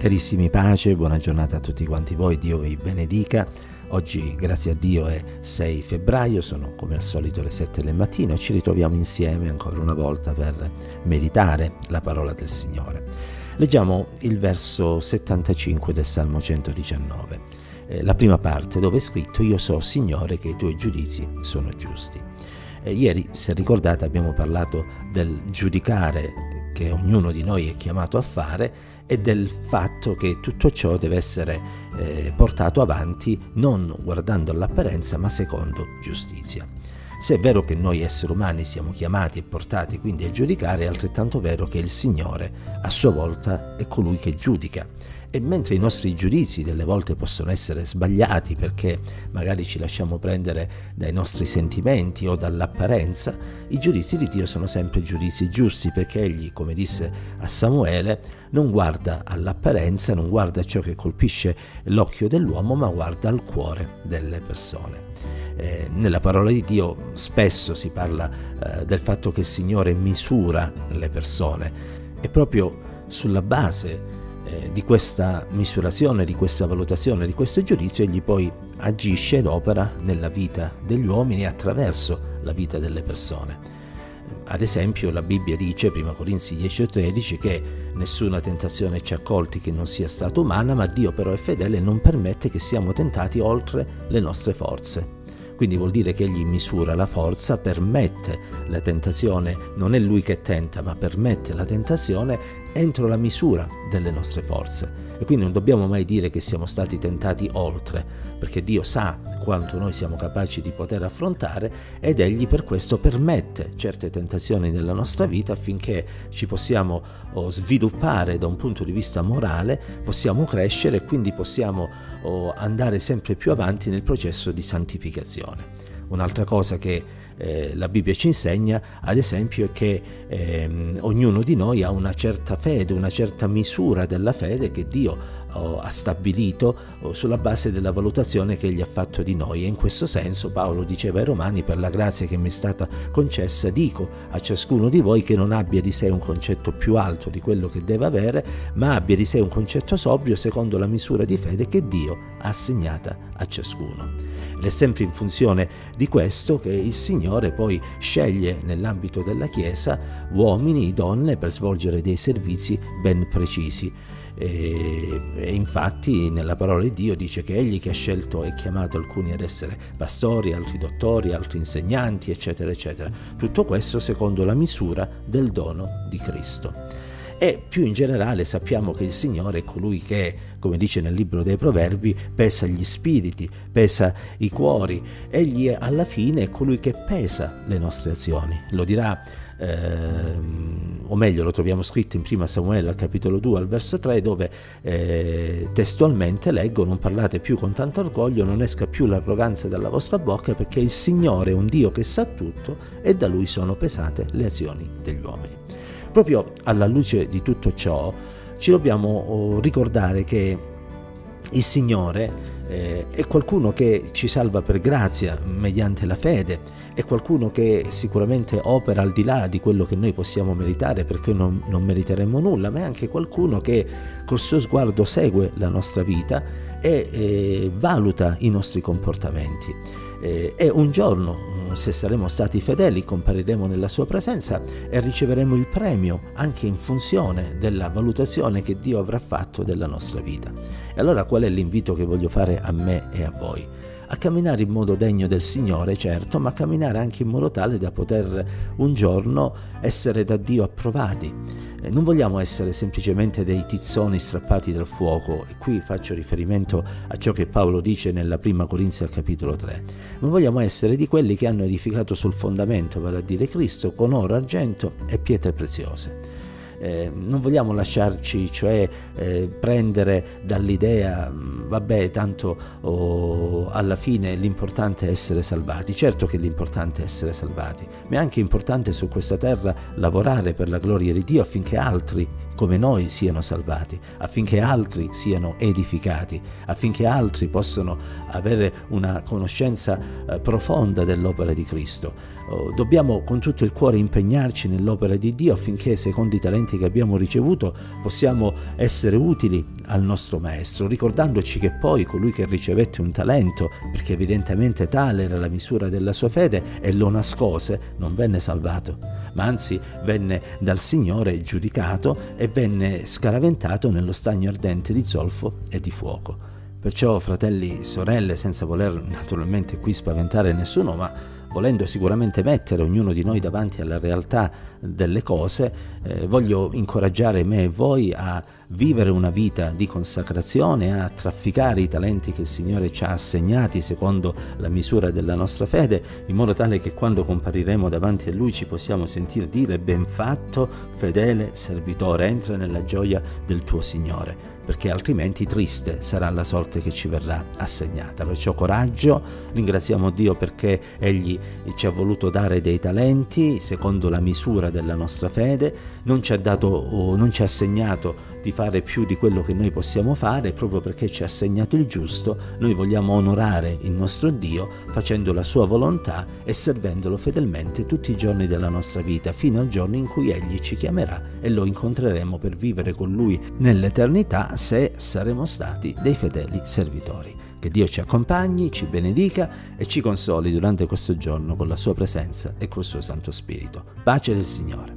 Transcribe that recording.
Carissimi, pace, buona giornata a tutti quanti voi, Dio vi benedica. Oggi, grazie a Dio, è 6 febbraio, sono come al solito le 7 del mattino e ci ritroviamo insieme ancora una volta per meditare la parola del Signore. Leggiamo il verso 75 del Salmo 119, la prima parte dove è scritto: Io so, Signore, che i tuoi giudizi sono giusti. Ieri, se ricordate, abbiamo parlato del giudicare che ognuno di noi è chiamato a fare e del fatto che tutto ciò deve essere portato avanti non guardando all'apparenza ma secondo giustizia. Se è vero che noi esseri umani siamo chiamati e portati quindi a giudicare, è altrettanto vero che il Signore a sua volta è colui che giudica. E mentre i nostri giudizi delle volte possono essere sbagliati perché magari ci lasciamo prendere dai nostri sentimenti o dall'apparenza, i giudizi di Dio sono sempre giudizi giusti, perché Egli, come disse a Samuele, non guarda all'apparenza, non guarda a ciò che colpisce l'occhio dell'uomo, ma guarda al cuore delle persone. Nella parola di Dio spesso si parla del fatto che il Signore misura le persone e proprio sulla base di questa misurazione, di questa valutazione, di questo giudizio, egli poi agisce ed opera nella vita degli uomini attraverso la vita delle persone. Ad esempio la Bibbia dice, 1 Corinzi 10,13, che nessuna tentazione ci ha colti che non sia stata umana, ma Dio però è fedele e non permette che siamo tentati oltre le nostre forze. Quindi vuol dire che egli misura la forza, permette la tentazione, non è lui che tenta, ma permette la tentazione entro la misura delle nostre forze. E quindi non dobbiamo mai dire che siamo stati tentati oltre, perché Dio sa quanto noi siamo capaci di poter affrontare ed egli per questo permette certe tentazioni nella nostra vita affinché ci possiamo sviluppare da un punto di vista morale, possiamo crescere e quindi possiamo andare sempre più avanti nel processo di santificazione. Un'altra cosa che la Bibbia ci insegna, ad esempio, è che ognuno di noi ha una certa fede, una certa misura della fede che Dio ha stabilito sulla base della valutazione che egli ha fatto di noi. E in questo senso Paolo diceva ai Romani: per la grazia che mi è stata concessa dico a ciascuno di voi che non abbia di sé un concetto più alto di quello che deve avere, ma abbia di sé un concetto sobrio secondo la misura di fede che Dio ha assegnata a ciascuno. Ed è sempre in funzione di questo che il Signore poi sceglie nell'ambito della Chiesa uomini, donne per svolgere dei servizi ben precisi. E infatti nella parola di Dio dice che egli che ha scelto e chiamato alcuni ad essere pastori, altri dottori, altri insegnanti, eccetera eccetera. Tutto questo secondo la misura del dono di Cristo. E più in generale sappiamo che il Signore è colui che, come dice nel libro dei Proverbi, pesa gli spiriti, pesa i cuori. Egli alla fine è colui che pesa le nostre azioni. Lo dirà, o meglio lo troviamo scritto in 1 Samuele al capitolo 2 al verso 3, dove testualmente leggo: non parlate più con tanto orgoglio, non esca più l'arroganza dalla vostra bocca, perché il Signore è un Dio che sa tutto e da Lui sono pesate le azioni degli uomini. Proprio alla luce di tutto ciò ci dobbiamo ricordare che il Signore è qualcuno che ci salva per grazia mediante la fede, è qualcuno che sicuramente opera al di là di quello che noi possiamo meritare, perché non meriteremmo nulla, ma è anche qualcuno che col suo sguardo segue la nostra vita e valuta i nostri comportamenti. E un giorno, se saremo stati fedeli, compariremo nella sua presenza e riceveremo il premio anche in funzione della valutazione che Dio avrà fatto della nostra vita. E allora qual è l'invito che voglio fare a me e a voi? A camminare in modo degno del Signore, certo, ma camminare anche in modo tale da poter un giorno essere da Dio approvati. Non vogliamo essere semplicemente dei tizzoni strappati dal fuoco, e qui faccio riferimento a ciò che Paolo dice nella prima Corinzi al capitolo 3, ma vogliamo essere di quelli che hanno edificato sul fondamento, vale a dire Cristo, con oro, argento e pietre preziose. Non vogliamo lasciarci prendere dall'idea vabbè, tanto alla fine l'importante è essere salvati. Certo che l'importante è essere salvati, ma è anche importante su questa terra lavorare per la gloria di Dio affinché altri come noi siano salvati, affinché altri siano edificati, affinché altri possano avere una conoscenza profonda dell'opera di Cristo. Dobbiamo con tutto il cuore impegnarci nell'opera di Dio affinché secondo i talenti talenti che abbiamo ricevuto possiamo essere utili al nostro Maestro, ricordandoci che poi colui che ricevette un talento, perché evidentemente tale era la misura della sua fede, e lo nascose, non venne salvato, ma anzi venne dal Signore giudicato e venne scaraventato nello stagno ardente di zolfo e di fuoco. Perciò, fratelli, sorelle, senza voler naturalmente qui spaventare nessuno, ma volendo sicuramente mettere ognuno di noi davanti alla realtà delle cose, voglio incoraggiare me e voi a vivere una vita di consacrazione, a trafficare i talenti che il Signore ci ha assegnati secondo la misura della nostra fede, in modo tale che quando compariremo davanti a Lui ci possiamo sentire dire: ben fatto, fedele servitore, entra nella gioia del tuo Signore, perché altrimenti triste sarà la sorte che ci verrà assegnata. Perciò coraggio, ringraziamo Dio perché Egli ci ha voluto dare dei talenti secondo la misura della nostra fede, non ci ha dato o non ci ha assegnato di fare più di quello che noi possiamo fare. Proprio perché ci ha assegnato il giusto, noi vogliamo onorare il nostro Dio facendo la sua volontà e servendolo fedelmente tutti i giorni della nostra vita, fino al giorno in cui Egli ci chiamerà e lo incontreremo per vivere con Lui nell'eternità, se saremo stati dei fedeli servitori. Che Dio ci accompagni, ci benedica e ci consoli durante questo giorno con la sua presenza e col suo Santo Spirito. Pace del Signore.